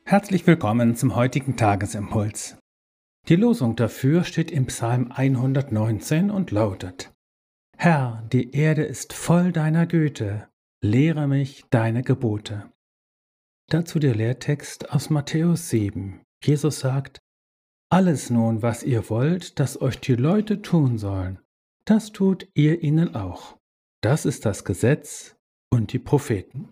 Herzlich willkommen zum heutigen Tagesimpuls. Die Losung dafür steht im Psalm 119 und lautet: Herr, die Erde ist voll deiner Güte, lehre mich deine Gebote. Dazu der Lehrtext aus Matthäus 7. Jesus sagt: Alles nun, was ihr wollt, dass euch die Leute tun sollen, das tut ihr ihnen auch. Das ist das Gesetz und die Propheten.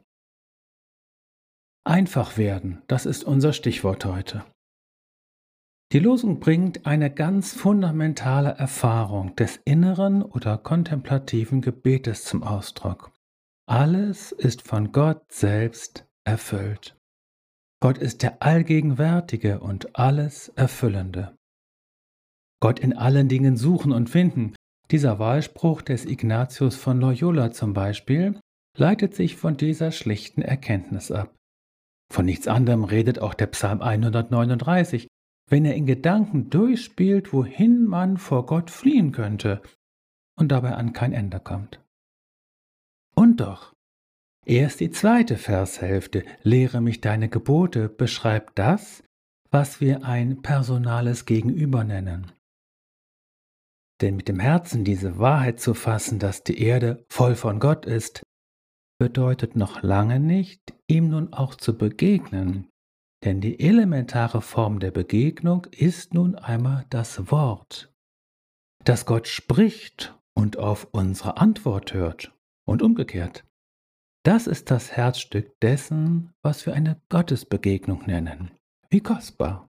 Einfach werden, das ist unser Stichwort heute. Die Losung bringt eine ganz fundamentale Erfahrung des inneren oder kontemplativen Gebetes zum Ausdruck. Alles ist von Gott selbst erfüllt. Gott ist der Allgegenwärtige und alles Erfüllende. Gott in allen Dingen suchen und finden. Dieser Wahlspruch des Ignatius von Loyola zum Beispiel leitet sich von dieser schlichten Erkenntnis ab. Von nichts anderem redet auch der Psalm 139, wenn er in Gedanken durchspielt, wohin man vor Gott fliehen könnte und dabei an kein Ende kommt. Und doch, erst die zweite Vershälfte, lehre mich deine Gebote, beschreibt das, was wir ein personales Gegenüber nennen. Denn mit dem Herzen diese Wahrheit zu fassen, dass die Erde voll von Gott ist, bedeutet noch lange nicht, ihm nun auch zu begegnen. Denn die elementare Form der Begegnung ist nun einmal das Wort, dass Gott spricht und auf unsere Antwort hört und umgekehrt. Das ist das Herzstück dessen, was wir eine Gottesbegegnung nennen. Wie kostbar!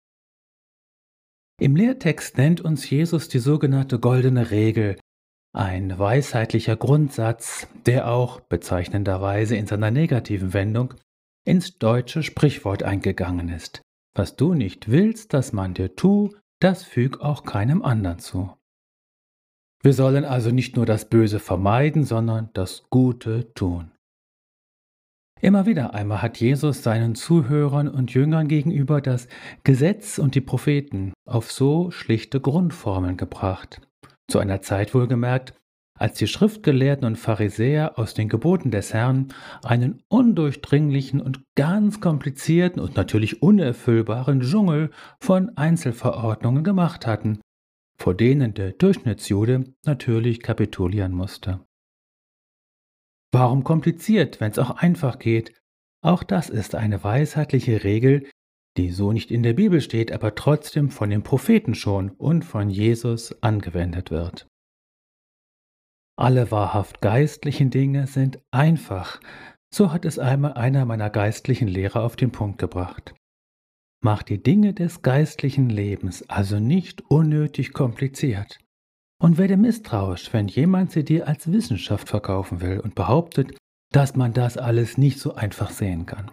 Im Lehrtext nennt uns Jesus die sogenannte goldene Regel, ein weisheitlicher Grundsatz, der auch bezeichnenderweise in seiner negativen Wendung ins deutsche Sprichwort eingegangen ist. Was du nicht willst, dass man dir tu, das füg auch keinem anderen zu. Wir sollen also nicht nur das Böse vermeiden, sondern das Gute tun. Immer wieder einmal hat Jesus seinen Zuhörern und Jüngern gegenüber das Gesetz und die Propheten auf so schlichte Grundformeln gebracht. Zu einer Zeit wohlgemerkt, als die Schriftgelehrten und Pharisäer aus den Geboten des Herrn einen undurchdringlichen und ganz komplizierten und natürlich unerfüllbaren Dschungel von Einzelverordnungen gemacht hatten, vor denen der Durchschnittsjude natürlich kapitulieren musste. Warum kompliziert, wenn es auch einfach geht? Auch das ist eine weisheitliche Regel, die so nicht in der Bibel steht, aber trotzdem von den Propheten schon und von Jesus angewendet wird. Alle wahrhaft geistlichen Dinge sind einfach, so hat es einmal einer meiner geistlichen Lehrer auf den Punkt gebracht. Mach die Dinge des geistlichen Lebens also nicht unnötig kompliziert. Und werde misstrauisch, wenn jemand sie dir als Wissenschaft verkaufen will und behauptet, dass man das alles nicht so einfach sehen kann.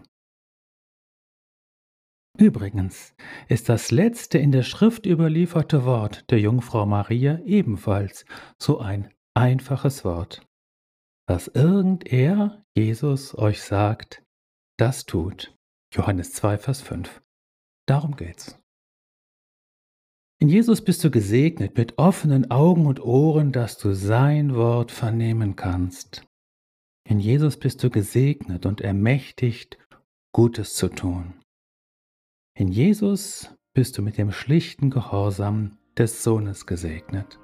Übrigens ist das letzte in der Schrift überlieferte Wort der Jungfrau Maria ebenfalls so ein einfaches Wort. Was irgend er, Jesus, euch sagt, das tut. Johannes 2, Vers 5. Darum geht's. In Jesus bist du gesegnet mit offenen Augen und Ohren, dass du sein Wort vernehmen kannst. In Jesus bist du gesegnet und ermächtigt, Gutes zu tun. In Jesus bist du mit dem schlichten Gehorsam des Sohnes gesegnet.